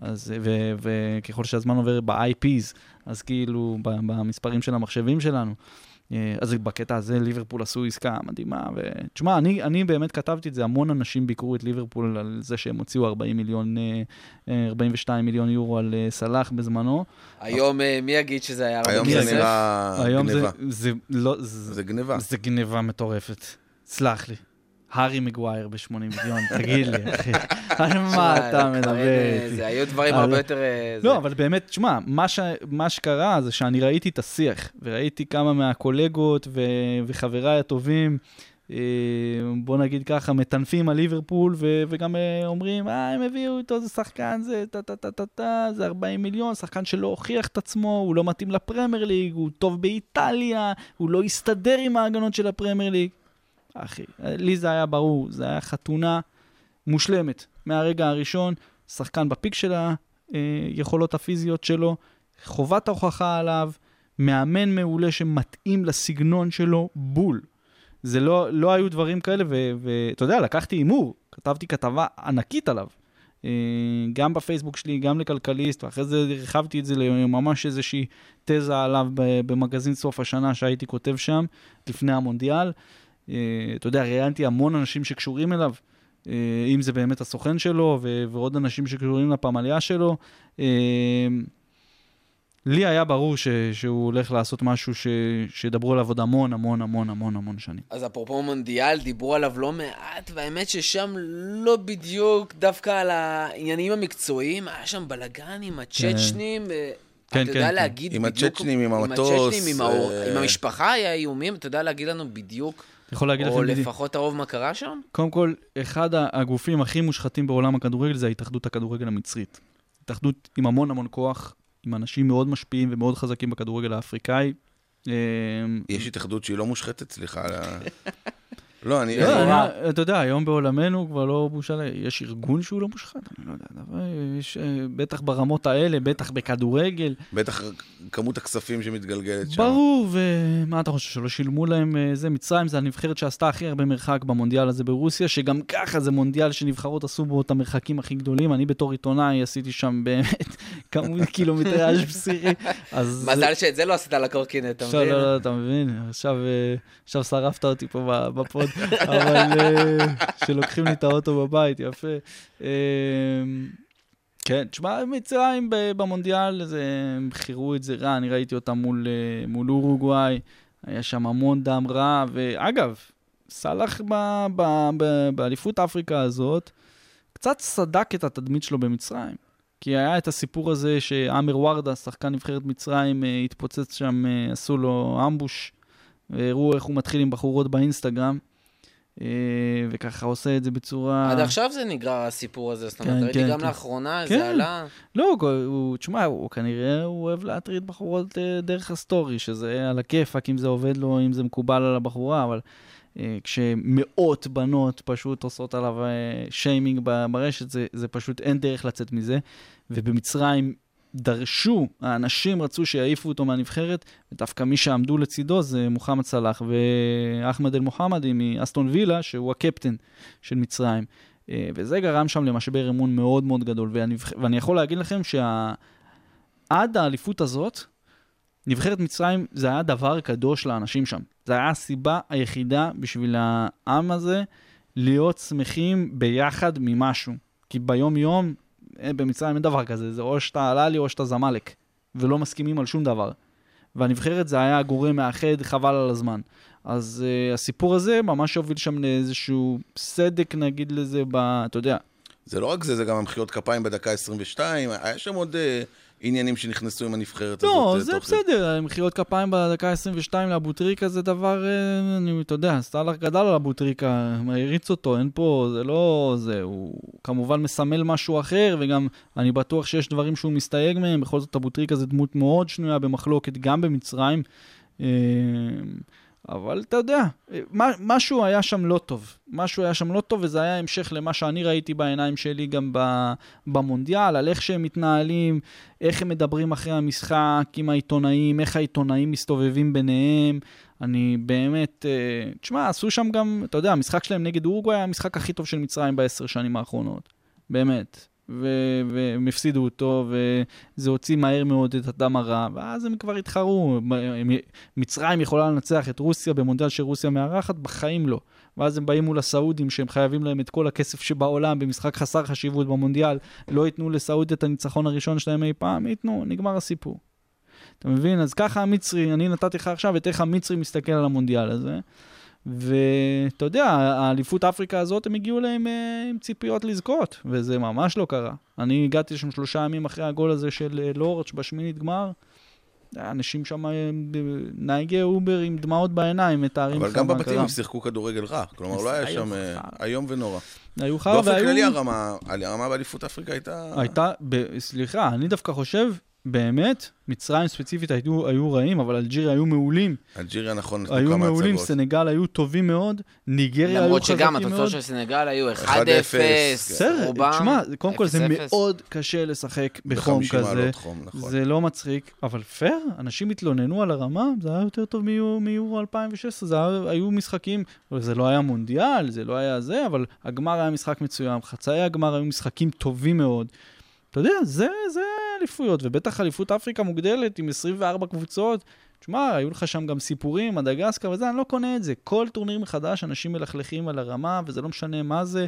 וככל שהזמן עובר ב-איי פיז, אז כאילו במספרים של המחשבים שלנו. אז בקטע הזה ליברפול עשו עסקה מדהימה, ותשמע, אני, אני באמת כתבתי את זה, המון אנשים ביקרו את ליברפול על זה שהם הוציאו ארבעים מיליון, ארבעים ושתיים מיליון יורו על סלח בזמנו. היום מי יגיד שזה היה היום זה נראה גניבה. זה, לא, זה גניבה. זה גניבה מטורפת. סלח לי. הארי מגווייר ב-שמונים מיליון, תגיד לי, אחי. על מה אתה מדבר? זה היו דברים הרבה יותר... לא, אבל באמת, תשמע, מה שקרה זה שאני ראיתי את השיח, וראיתי כמה מהקולגות וחבריי הטובים, בוא נגיד ככה, מטנפים על ליברפול, וגם אומרים, אה, הם הביאו איתו, זה שחקן, זה טה-טה-טה-טה, זה ארבעים מיליון, שחקן שלא הוכיח את עצמו, הוא לא מתאים לפרמייר ליג, הוא טוב באיטליה, הוא לא יסתדר עם ההגנות של הפרמייר ליג. אחי, לי זה היה ברור, זה היה חתונה מושלמת. מהרגע הראשון, שחקן בפיק של היכולות הפיזיות שלו, חובת ההוכחה עליו, מאמן מעולה שמתאים לסגנון שלו, בול. זה לא, לא היו דברים כאלה, ואתה יודע, לקחתי אימור, כתבתי כתבה ענקית עליו. גם בפייסבוק שלי, גם לכלכליסט, ואחרי זה הרחבתי את זה לממש איזושהי תזה עליו במגזין סוף השנה שהייתי כותב שם, לפני המונדיאל. אתה יודע, ראיינתי המון אנשים שקשורים אליו, אם זה באמת הסוכן שלו, ועוד אנשים שקשורים לפמליה שלו. לי היה ברור שהוא הולך לעשות משהו שדברו עליו עוד המון, המון, המון, המון, המון שנים. אז אפרופו מונדיאל, דיברו עליו לא מעט, והאמת ששם לא בדיוק דווקא על העניינים המקצועיים, היה שם בלגן עם הצ'צ'נים, אתה יודע להגיד עם בדיוק... הצ'צ'נים, עם המטוס. עם המשפחה היה איומים, אתה יודע להגיד לנו בדיוק... או לפחות הרוב מה קרה שם? קודם כל, אחד הגופים הכי מושחתים בעולם הכדורגל זה ההתאחדות הכדורגל המצרית. התאחדות עם המון המון כוח, עם אנשים מאוד משפיעים ומאוד חזקים בכדורגל האפריקאי. יש התאחדות שהיא לא מושחתת, סליחה. לא, אני... אתה יודע, היום בעולמנו כבר לא בושה, יש ארגון שהוא לא מושחת, אני לא יודע, יש בטח ברמות האלה, בטח בכדורגל. בטח כמות הכספים שמתגלגלת שם. ברור, ומה אתה חושב, שלא שילמו להם, זה מצרים, זה הנבחרת שעשתה הכי הרבה מרחק במונדיאל הזה ברוסיה, שגם ככה זה מונדיאל שנבחרות עשו בו את המרחקים הכי גדולים, אני בתור עיתונאי עשיתי שם באמת כמות קילומטראז' פסיכי. מזל שאת זה לא עשית על הקורקינט, אתה מבין? לא, לא, אתה מבין, עכשיו שרפת אותי פה בפוד. אבל שלוקחים לי את האוטו בבית, יפה. כן, תשמע, מצרים במונדיאל, הם חירו את זה רע, אני ראיתי אותם מול אורוגוואי, היה שם המון דם רע, ואגב, סלח באליפות אפריקה הזאת, קצת סדק את התדמית שלו במצרים, כי היה את הסיפור הזה שאמר ורדה, שחקן נבחרת מצרים, התפוצץ שם, עשו לו אמבוש, והראו איך הוא מתחיל עם בחורות באינסטגרם, וככה עושה את זה בצורה... עד עכשיו זה נגרר הסיפור הזה, זאת אומרת, ראיתי גם לאחרונה, זה עלה... לא, תשמע, הוא כנראה הוא אוהב להטריד בחורות דרך הסטורי, שזה על הכיפק, אם זה עובד לו, אם זה מקובל על הבחורה, אבל כשמאות בנות פשוט עושות עליו שיימינג ברשת, זה פשוט אין דרך לצאת מזה, ובמצרים דרשו, האנשים רצו שיעיפו אותו מהנבחרת, ודווקא מי שעמדו לצידו זה מוחמד סלאח ואחמד אל מוחמדי מאסטון וילה, שהוא הקפטן של מצרים. וזה גרם שם למשבר אמון מאוד מאוד גדול, ואני יכול להגיד לכם שעד האליפות הזאת, נבחרת מצרים זה היה דבר קדוש לאנשים שם. זה היה הסיבה היחידה בשביל העם הזה להיות שמחים ביחד ממשהו. כי ביום יום, במצרים אין דבר כזה, זה או שאתה עללי או שאתה זמלק, ולא מסכימים על שום דבר. והנבחרת זה היה גורם מאחד, חבל על הזמן. אז uh, הסיפור הזה ממש הוביל שם לאיזשהו סדק, נגיד לזה, ב, אתה יודע. זה לא רק זה, זה גם המחיאות כפיים בדקה עשרים ושתיים, היה שם עוד uh, עניינים שנכנסו עם הנבחרת הזאת. לא, זה בסדר, המחיאות כפיים בדקה עשרים ושתיים לאבוטריקה זה דבר, uh, אני, אתה יודע, סטלח גדל על אבוטריקה, הריץ אותו, אין פה, זה לא, זה, הוא כמובן מסמל משהו אחר, וגם אני בטוח שיש דברים שהוא מסתייג מהם, בכל זאת אבוטריקה זה דמות מאוד שנויה במחלוקת, גם במצרים, uh, אבל אתה יודע, משהו היה שם לא טוב. משהו היה שם לא טוב, וזה היה המשך למה שאני ראיתי בעיניים שלי גם במונדיאל, על איך שהם מתנהלים, איך הם מדברים אחרי המשחק עם העיתונאים, איך העיתונאים מסתובבים ביניהם. אני באמת, תשמע, עשו שם גם, אתה יודע, המשחק שלהם נגד אורוגוואי היה המשחק הכי טוב של מצרים בעשר שנים האחרונות. באמת. והם הפסידו אותו, וזה הוציא מהר מאוד את הדם הרע, ואז הם כבר התחרו. מצרים יכולה לנצח את רוסיה במונדיאל שרוסיה מארחת, בחיים לא. ואז הם באים מול הסעודים, שהם חייבים להם את כל הכסף שבעולם, במשחק חסר חשיבות במונדיאל, לא ייתנו לסעוד את הניצחון הראשון שלהם אי פעם, ייתנו, נגמר הסיפור. אתה מבין? אז ככה המצרי, אני נתתי לך עכשיו את איך המצרי מסתכל על המונדיאל הזה, ואתה יודע, האליפות אפריקה הזאת, הם הגיעו להם עם ציפיות לזכות, וזה ממש לא קרה. אני הגעתי שם שלושה ימים אחרי הגול הזה של לורץ' בשמינית גמר, אנשים שם נהגי אובר עם דמעות בעיניים, מתארים אבל גם בבתים הם שיחקו כדורגל רע, כלומר לא היה שם היום ונורא. היו חר, באופן כללי הרמה, הרמה באליפות אפריקה הייתה... הייתה, סליחה, אני דווקא חושב, באמת, מצרים ספציפית היו, היו רעים, אבל אלג'יריה היו מעולים. אלג'יריה נכון, היו מעולים, סנגל היו טובים מאוד, ניגריה היו חזקים מאוד. למרות שגם התוצאות של סנגל היו אחד אפס, רובם. תשמע, קודם כל זה מאוד קשה לשחק בחום כזה. זה לא מצחיק, אבל פייר, אנשים התלוננו על הרמה, זה היה יותר טוב מיורו אלפיים ושש עשרה, זה היו משחקים, זה לא היה מונדיאל, זה לא היה זה, אבל הגמר היה משחק מצוין, חצאי הגמר היו משחקים טובים מאוד. אתה יודע, זה, זה אליפויות, ובטח אליפות אפריקה מוגדלת עם עשרים וארבע קבוצות. תשמע, היו לך שם גם סיפורים, מדגסקר וזה, אני לא קונה את זה. כל טורניר מחדש, אנשים מלכלכים על הרמה, וזה לא משנה מה זה.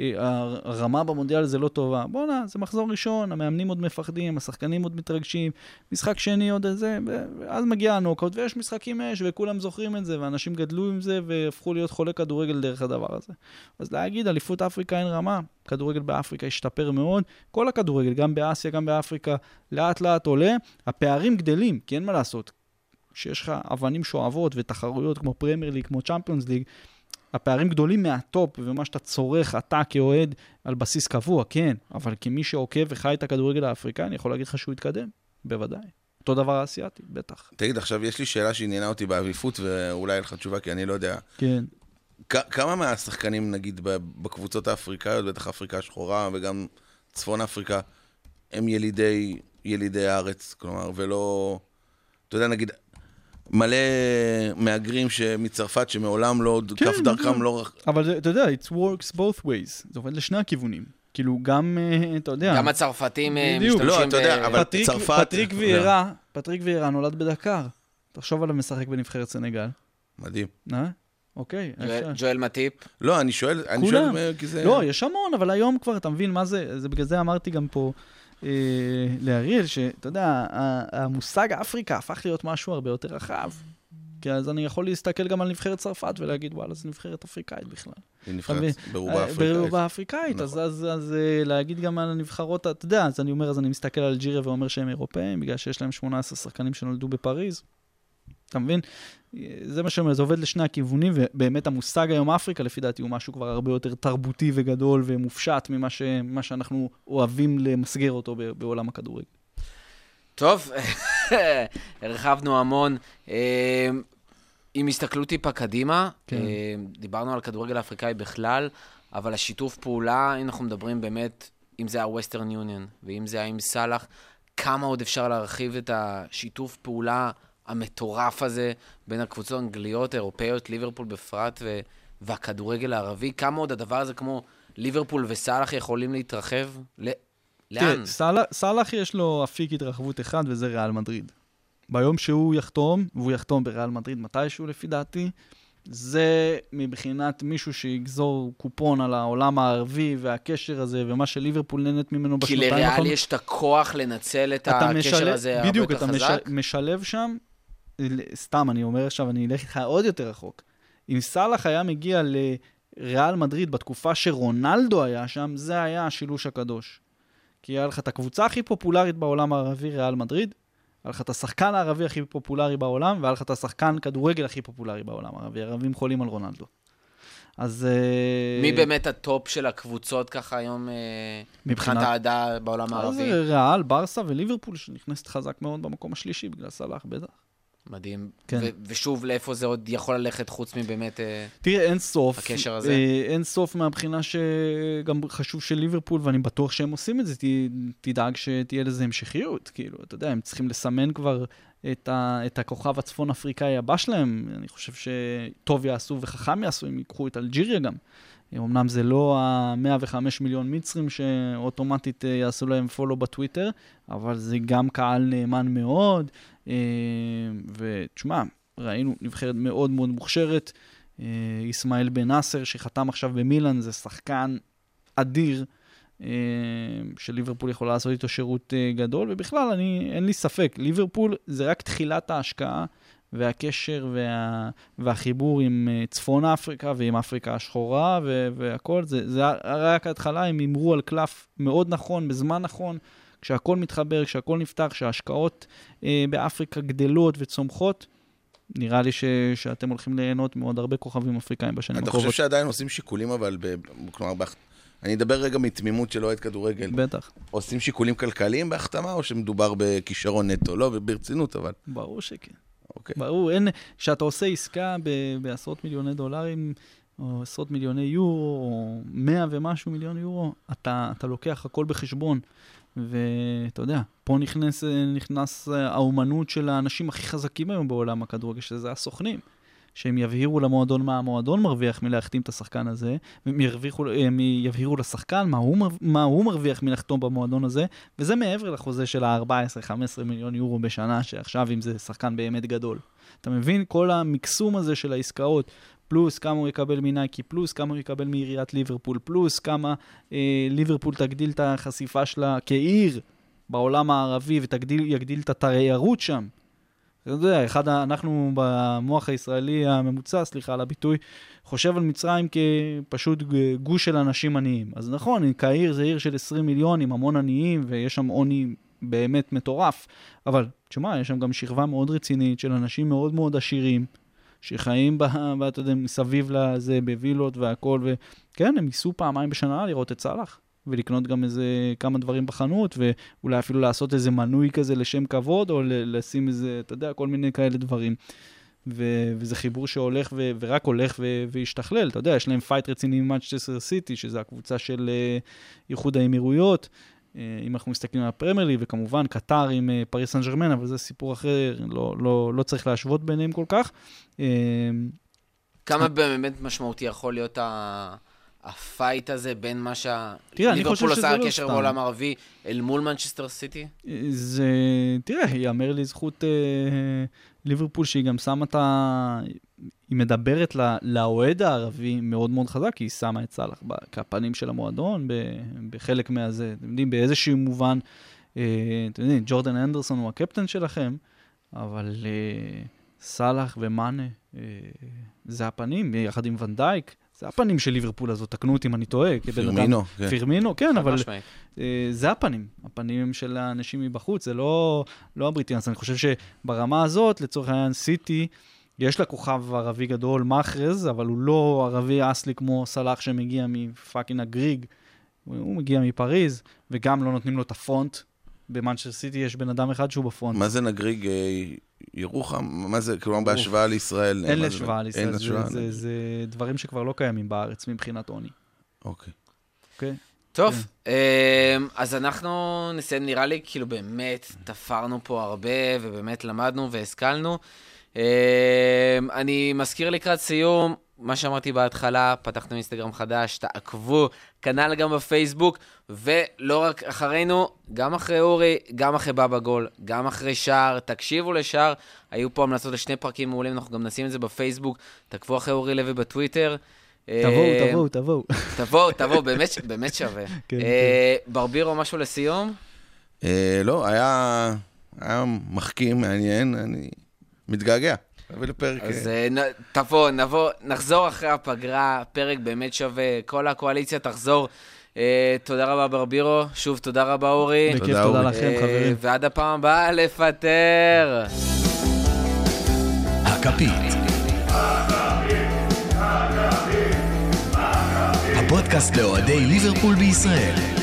הרמה במונדיאל זה לא טובה. בוא נה, זה מחזור ראשון, המאמנים עוד מפחדים, השחקנים עוד מתרגשים, משחק שני עוד זה, ואז מגיע הנוקאוט, ויש משחקים אש, וכולם זוכרים את זה, ואנשים גדלו עם זה, והפכו להיות חולי כדורגל דרך הדבר הזה. אז להגיד, אליפות אפריקה אין רמה, כדורגל באפריקה השתפר מאוד, כל הכדורגל, גם באסיה, גם באפריקה, לאט לאט עולה, הפערים גדלים, כי אין מה לעשות. שיש לך אבנים שואבות ותחרויות כמו פרמייר ליג, כמו צ'אמפיונס ליג, הפערים גדולים מהטופ, ומה שאתה צורך, אתה כאוהד על בסיס קבוע, כן, אבל כמי שעוקב וחי את הכדורגל האפריקאי, אני יכול להגיד לך שהוא יתקדם, בוודאי. אותו דבר האסייתי, בטח. תגיד, עכשיו יש לי שאלה שעניינה אותי באליפות, ואולי אין לך תשובה, כי אני לא יודע. כן. כמה מהשחקנים, נגיד, בקבוצות האפריקאיות, בטח אפריקה השחורה, וגם צפון אפריקה, הם ילידי, ילידי הארץ, כלומר, ולא, אתה יודע, נגיד, מלא מאגרים מצרפת שמעולם לא, כף דרכם לא... אבל אתה יודע, it works both ways. זה עובד לשני הכיוונים. כאילו גם, אתה יודע... גם הצרפתים משתמשים... לא, אתה יודע, אבל צרפת... פטריק ויירה, פטריק ויירה נולד בדקר. תחשוב עליו משחק בנבחרת סנגל. מדהים. אה? אוקיי. ג'ואל מטיפ. לא, אני שואל... כולם. לא, יש המון, אבל היום כבר, אתה מבין מה זה? זה בגלל זה אמרתי גם פה... להריאל, שאתה יודע, המושג אפריקה הפך להיות משהו הרבה יותר רחב. כי אז אני יכול להסתכל גם על נבחרת צרפת ולהגיד, וואלה, זה נבחרת אפריקאית בכלל. היא נבחרת ברובה אפריקאית. ברובה אפריקאית, אז להגיד גם על הנבחרות, אתה יודע, אז אני אומר, אז אני מסתכל על אלג'יריה ואומר שהם אירופאים, בגלל שיש להם שמונה עשרה שחקנים שנולדו בפריז. אתה מבין? זה מה שאומר, זה עובד לשני הכיוונים, ובאמת המושג היום אפריקה, לפי דעתי, הוא משהו כבר הרבה יותר תרבותי וגדול ומופשט ממה ש, מה שאנחנו אוהבים למסגר אותו בעולם הכדורגל. טוב, הרחבנו המון. עם הסתכלות טיפה קדימה, כן. דיברנו על כדורגל האפריקאי בכלל, אבל השיתוף פעולה, אנחנו מדברים באמת, אם זה ה-Western Union, ואם זה עם סלאח, כמה עוד אפשר להרחיב את השיתוף פעולה המטורף הזה בין הקבוצות האנגליות, אירופאיות, ליברפול בפרט ו... והכדורגל הערבי, כמה עוד הדבר הזה כמו ליברפול וסלאח יכולים להתרחב? ל... לאן? תראה, סלאח יש לו אפיק התרחבות אחד, וזה ריאל מדריד. ביום שהוא יחתום, והוא יחתום בריאל מדריד מתישהו לפי דעתי, זה מבחינת מישהו שיגזור קופון על העולם הערבי והקשר הזה, ומה שליברפול נהנית ממנו בשנתיים האחרונות. כי לריאל יש את הכוח לנצל את הקשר הזה הרבה יותר חזק? בדיוק, אתה משלב שם, סתם אני אומר עכשיו, אני אלך איתך עוד יותר רחוק. אם סלאח היה מגיע לריאל מדריד בתקופה שרונלדו היה שם, זה היה השילוש הקדוש. כי היה לך את הקבוצה הכי פופולרית בעולם הערבי, ריאל מדריד, היה לך את השחקן הערבי הכי פופולרי בעולם, והיה לך את השחקן כדורגל הכי פופולרי בעולם הערבי. הערבים חולים על רונלדו. אז... מי באמת הטופ של הקבוצות ככה היום מבחינת העדה בעולם הערבי? אז ריאל, ברסה וליברפול, שנכנסת חזק מאוד במקום השלישי, בגלל סלאח בטח. מדהים. כן. ו- ושוב, לאיפה זה עוד יכול ללכת חוץ מבאמת תראה, אין סוף. הקשר הזה? אין סוף מהבחינה שגם חשוב של ליברפול, ואני בטוח שהם עושים את זה, ת, תדאג שתהיה לזה המשכיות. כאילו, אתה יודע, הם צריכים לסמן כבר את, ה, את הכוכב הצפון אפריקאי הבא שלהם. אני חושב שטוב יעשו וחכם יעשו, אם ייקחו את אלג'יריה גם. אמנם זה לא ה-מאה וחמישה מיליון מצרים שאוטומטית יעשו להם פולו בטוויטר, אבל זה גם קהל נאמן מאוד, ותשמע, ראינו נבחרת מאוד מאוד מוכשרת, איסמעיל בן נאסר שחתם עכשיו במילאן, זה שחקן אדיר, שליברפול יכולה לעשות איתו שירות גדול, ובכלל אני, אין לי ספק, ליברפול זה רק תחילת ההשקעה, והקשר וה... והחיבור עם צפון אפריקה ועם אפריקה השחורה ו... והכל, זה, זה רק ההתחלה, הם אמרו על קלף מאוד נכון, בזמן נכון, כשהכל מתחבר, כשהכל נפתח, כשההשקעות אה, באפריקה גדלות וצומחות, נראה לי ש... שאתם הולכים ליהנות מאוד הרבה כוכבים אפריקאים בשנים הקרובות. אתה חושב שעדיין עושים שיקולים, אבל, ב... כלומר, באח... אני אדבר רגע מתמימות של אוהד כדורגל. בטח. עושים שיקולים כלכליים בהחתמה, או שמדובר בכישרון נטו? לא, ברצינות, אבל... ברור שכן. אוקיי. ברור, אין, שאתה עושה עסקה ב- בעשרות מיליוני דולרים, או עשרות מיליוני יורו, או מאה ומשהו מיליון יורו, אתה, אתה לוקח הכל בחשבון, ואתה יודע, פה נכנס, נכנס האומנות של האנשים הכי חזקים היום בעולם הכדורגל, שזה הסוכנים, שהם יבהירו למועדון מה המועדון מרוויח מלהחתים את השחקן הזה, והם יבהירו לשחקן מה הוא, מה הוא מרוויח מלחתום במועדון הזה, וזה מעבר לחוזה של ה-ארבע עשרה חמש עשרה מיליון יורו בשנה, שעכשיו אם זה שחקן באמת גדול. אתה מבין? כל המקסום הזה של העסקאות, פלוס כמה הוא יקבל מנייקי, פלוס כמה הוא יקבל מעיריית ליברפול, פלוס כמה אה, ליברפול תגדיל את החשיפה שלה כעיר בעולם הערבי, ויגדיל את התיירות שם. אתה יודע, אחד, אנחנו במוח הישראלי הממוצע, סליחה על הביטוי, חושב על מצרים כפשוט גוש של אנשים עניים. אז נכון, כעיר זה עיר של עשרים מיליון עם המון עניים, ויש שם עוני באמת מטורף. אבל, תשמע, יש שם גם שכבה מאוד רצינית של אנשים מאוד מאוד עשירים, שחיים ב, ב, אתה יודע, מסביב לזה, בווילות והכל, וכן, הם ייסעו פעמיים בשנה לראות את סלאח. ולקנות גם איזה כמה דברים בחנות, ואולי אפילו לעשות איזה מנוי כזה לשם כבוד, או לשים איזה, אתה יודע, כל מיני כאלה דברים. ו- וזה חיבור שהולך ו- ורק הולך ו- והשתכלל. אתה יודע, יש להם פייט רציני עם מנצ'סטר סיטי, שזה הקבוצה של uh, איחוד האמירויות, uh, אם אנחנו מסתכלים על הפרמייר ליג, וכמובן קטר עם uh, פריס סן ז'רמן, אבל זה סיפור אחר, לא, לא, לא צריך להשוות ביניהם כל כך. Uh, כמה באמת משמעותי יכול להיות ה... הפייט הזה בין מה שליברפול עושה על קשר בעולם הערבי אל מול מנצ'סטר סיטי? זה, תראה, יאמר לי זכות אה, ליברפול שהיא גם שמה את ה... היא מדברת לאוהד הערבי מאוד מאוד חזק, כי היא שמה את סלאח כפנים של המועדון, בחלק מהזה, אתם יודעים, באיזשהו מובן, אה, אתם יודעים, ג'ורדן אנדרסון הוא הקפטן שלכם, אבל אה, סלאח ומאנה, אה, זה הפנים, יחד עם ון דייק, זה הפנים של ליברפול הזאת, תקנו אותי אם אני טועה. פירמינו. כן. פירמינו, כן, אבל זה הפנים. הפנים של האנשים מבחוץ, זה לא, לא הבריטינס. אני חושב שברמה הזאת, לצורך העניין סיטי, יש לה כוכב ערבי גדול, מחרז, אבל הוא לא ערבי אסלי כמו סלאח שמגיע מפאקינג הגריג. הוא מגיע מפריז, וגם לא נותנים לו את הפונט. במנצ'סטר סיטי יש בן אדם אחד שהוא בפונט. מה זה נגריג ירוחם? מה זה, כלומר, בהשוואה לישראל? אין להשוואה לישראל. זה דברים שכבר לא קיימים בארץ מבחינת עוני. אוקיי. אוקיי? טוב, אז אנחנו נסיים, נראה לי, כאילו באמת תפרנו פה הרבה, ובאמת למדנו והשכלנו. אני מזכיר לקראת סיום, מה שאמרתי בהתחלה, פתחנו אינסטגרם חדש, תעקבו, כנ"ל גם בפייסבוק, ולא רק אחרינו, גם אחרי אורי, גם אחרי בבא גול, גם אחרי שער, תקשיבו לשער, היו פה המלצות לשני פרקים מעולים, אנחנו גם נשים את זה בפייסבוק, תעקבו אחרי אורי לוי בטוויטר. תבואו, תבואו, תבואו. תבואו, תבואו, באמת שווה. ברבירו, משהו לסיום? לא, היה מחכים, מעניין, אני מתגעגע. אז תבוא, נבוא, נחזור אחרי הפגרה, פרק באמת שווה, כל הקואליציה תחזור. תודה רבה ברבירו, שוב תודה רבה אורי. בכיף, תודה לכם חברים. ועד הפעם הבאה לפטר. הכפית. הפודקאסט לאוהדי ליברפול בישראל.